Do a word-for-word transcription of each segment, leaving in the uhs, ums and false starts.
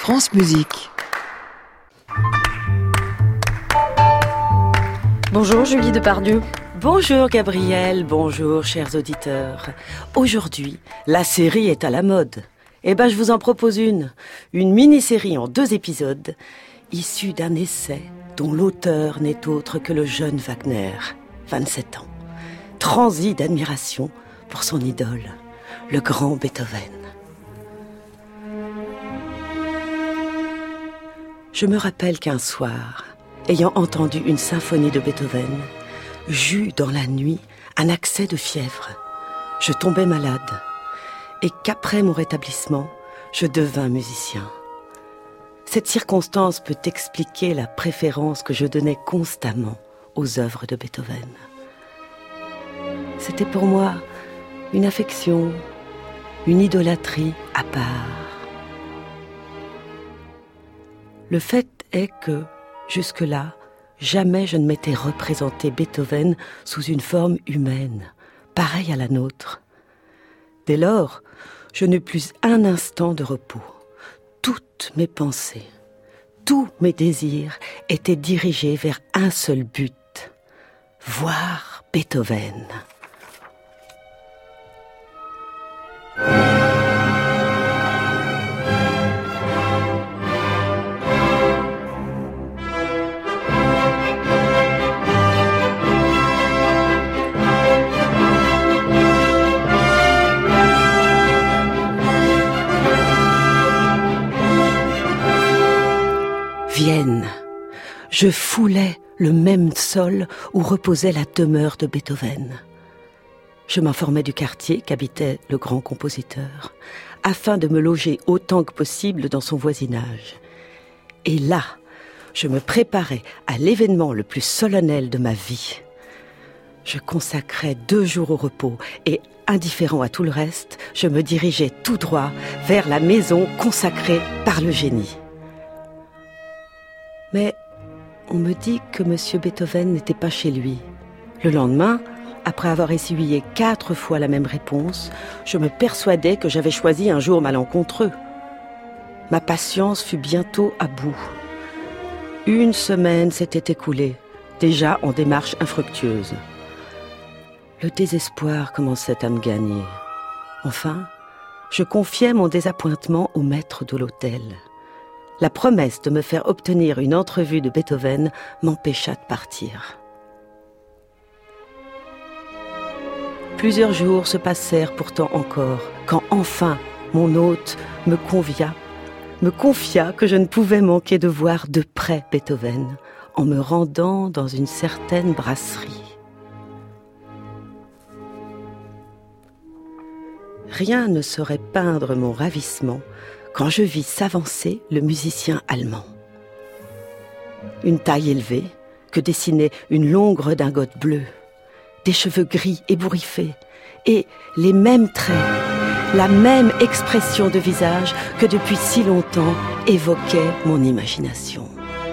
France Musique. Bonjour Julie Depardieu. Bonjour Gabriel, bonjour chers auditeurs. Aujourd'hui, la série est à la mode. Eh ben, je vous en propose une. Une mini-série en deux épisodes, issue d'un essai dont l'auteur n'est autre que le jeune Wagner, vingt-sept ans, transi d'admiration pour son idole, le grand Beethoven. Je me rappelle qu'un soir, ayant entendu une symphonie de Beethoven, j'eus dans la nuit un accès de fièvre. Je tombais malade et qu'après mon rétablissement, je devins musicien. Cette circonstance peut expliquer la préférence que je donnais constamment aux œuvres de Beethoven. C'était pour moi une affection, une idolâtrie à part. Le fait est que, jusque-là, jamais je ne m'étais représenté Beethoven sous une forme humaine, pareille à la nôtre. Dès lors, je n'eus plus un instant de repos. Toutes mes pensées, tous mes désirs étaient dirigés vers un seul but, voir Beethoven. Vienne. Je foulais le même sol où reposait la demeure de Beethoven. Je m'informais du quartier qu'habitait le grand compositeur, afin de me loger autant que possible dans son voisinage. Et là, je me préparais à l'événement le plus solennel de ma vie. Je consacrais deux jours au repos et, indifférent à tout le reste, je me dirigeais tout droit vers la maison consacrée par le génie. Mais on me dit que M. Beethoven n'était pas chez lui. Le lendemain, après avoir essuyé quatre fois la même réponse, je me persuadais que j'avais choisi un jour malencontreux. Ma patience fut bientôt à bout. Une semaine s'était écoulée, déjà en démarche infructueuse. Le désespoir commençait à me gagner. Enfin, je confiai mon désappointement au maître de l'hôtel. La promesse de me faire obtenir une entrevue de Beethoven m'empêcha de partir. Plusieurs jours se passèrent pourtant encore, quand enfin mon hôte me convia, me confia que je ne pouvais manquer de voir de près Beethoven en me rendant dans une certaine brasserie. Rien ne saurait peindre mon ravissement quand je vis s'avancer le musicien allemand. Une taille élevée, que dessinait une longue redingote bleue, des cheveux gris ébouriffés, et les mêmes traits, la même expression de visage que depuis si longtemps évoquait mon imagination.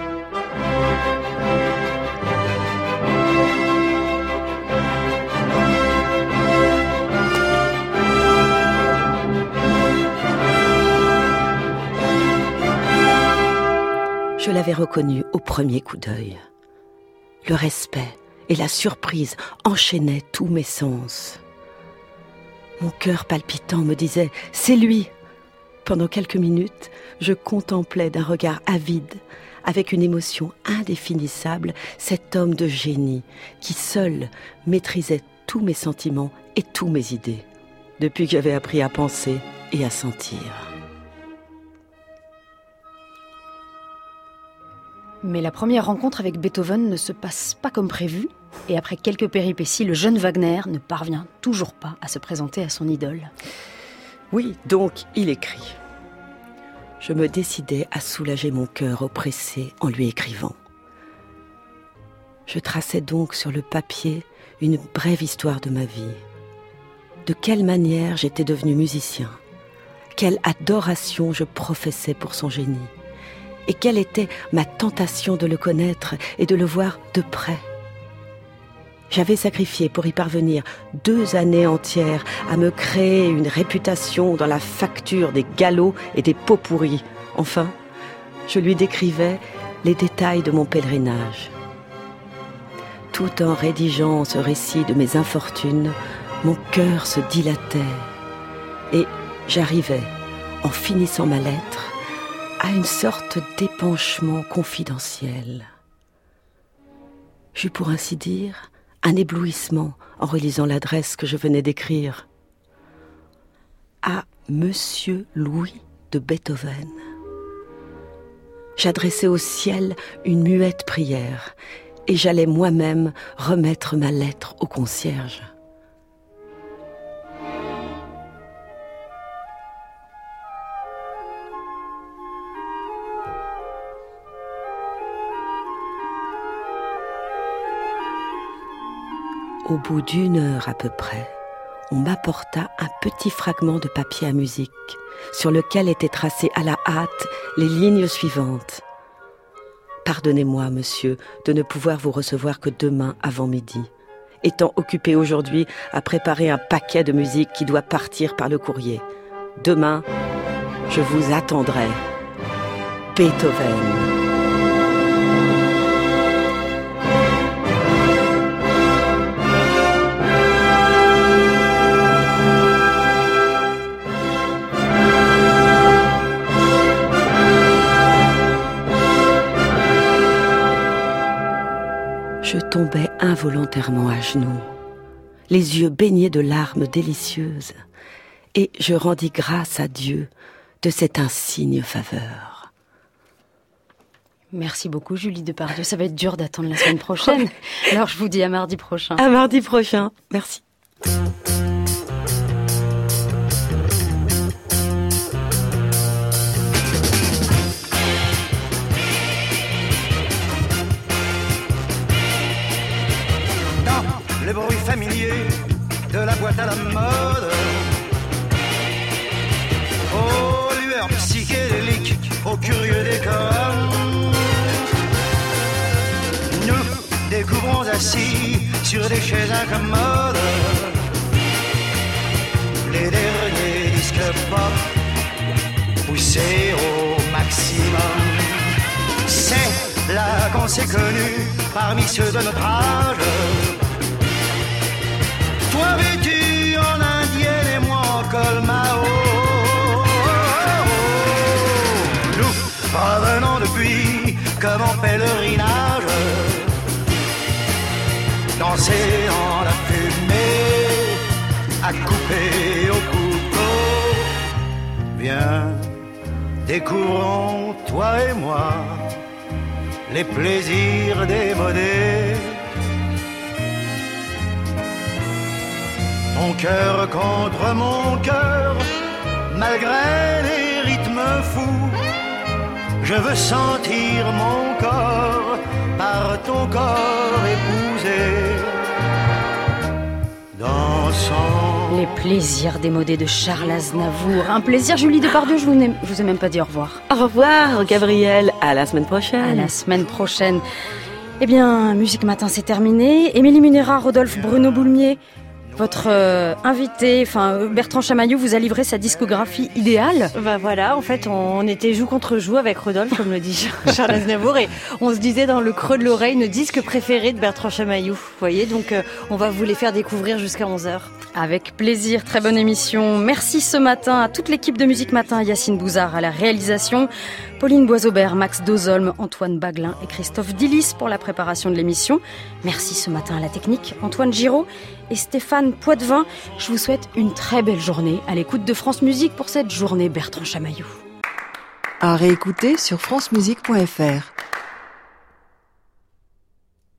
Je l'avais reconnu au premier coup d'œil. Le respect et la surprise enchaînaient tous mes sens. Mon cœur palpitant me disait « c'est lui !» Pendant quelques minutes, je contemplais d'un regard avide, avec une émotion indéfinissable, cet homme de génie qui seul maîtrisait tous mes sentiments et tous mes idées, depuis que j'avais appris à penser et à sentir. Mais la première rencontre avec Beethoven ne se passe pas comme prévu, et après quelques péripéties, le jeune Wagner ne parvient toujours pas à se présenter à son idole. Oui, donc il écrit. Je me décidai à soulager mon cœur oppressé en lui écrivant. Je traçais donc sur le papier une brève histoire de ma vie. De quelle manière j'étais devenu musicien, quelle adoration je professais pour son génie, et quelle était ma tentation de le connaître et de le voir de près. J'avais sacrifié pour y parvenir deux années entières à me créer une réputation dans la facture des galops et des pots pourris. Enfin, Je lui décrivais les détails de mon pèlerinage. Tout en rédigeant ce récit de mes infortunes, mon cœur se dilatait et j'arrivais, en finissant ma lettre, à une sorte d'épanchement confidentiel. J'eus pour ainsi dire un éblouissement en relisant l'adresse que je venais d'écrire. À Monsieur Louis de Beethoven. J'adressais au ciel une muette prière et j'allais moi-même remettre ma lettre au concierge. Au bout d'une heure à peu près, on m'apporta un petit fragment de papier à musique sur lequel étaient tracées à la hâte les lignes suivantes. Pardonnez-moi, monsieur, de ne pouvoir vous recevoir que demain avant midi, étant occupé aujourd'hui à préparer un paquet de musique qui doit partir par le courrier. Demain, je vous attendrai. Beethoven. Je tombais involontairement à genoux, les yeux baignés de larmes délicieuses, et je rendis grâce à Dieu de cette insigne faveur. Merci beaucoup, Julie Depardieu. Ça va être dur d'attendre la semaine prochaine. Alors, je vous dis à mardi prochain. À mardi prochain. Merci. Le bruit familier de la boîte à la mode, aux lueurs psychédéliques, aux curieux décors, nous découvrons assis sur des chaises incommodes les derniers disques pop poussés au maximum. C'est là qu'on s'est connus parmi ceux de notre âge. Toi vêtu en indienne et moi en col Mao. Nous revenons depuis comme en pèlerinage, danser dans la fumée, à couper au couteau. Viens, découvrons toi et moi les plaisirs démodés. Mon cœur contre mon cœur, malgré les rythmes fous, je veux sentir mon corps par ton corps épousé. Dansant. Les plaisirs démodés de Charles Aznavour. Un plaisir, Julie Depardieu, je vous ai, je vous ai même pas dit au revoir. Au revoir, Gabrielle. À la semaine prochaine. À la semaine prochaine. Eh bien, Musique Matin, c'est terminé. Émilie Munera, Rodolphe, Bruno Boulmier. Votre euh, invité, enfin Bertrand Chamaillou, vous a livré sa discographie idéale. Bah voilà, en fait, on était joue contre joue avec Rodolphe, comme le dit Charles Aznavour, et on se disait dans le creux de l'oreille nos disques préférés de Bertrand Chamaillou. Vous voyez, donc euh, on va vous les faire découvrir jusqu'à onze heures. Avec plaisir, très bonne émission. Merci ce matin à toute l'équipe de Musique Matin, Yacine Bouzard à la réalisation, Pauline Boisaubert, Max Dozolme, Antoine Baglin et Christophe Dillis pour la préparation de l'émission. Merci ce matin à la technique, Antoine Giraud et Stéphane Poitvin. Je vous souhaite une très belle journée à l'écoute de France Musique pour cette journée Bertrand Chamaillou. À réécouter sur francemusique point f r.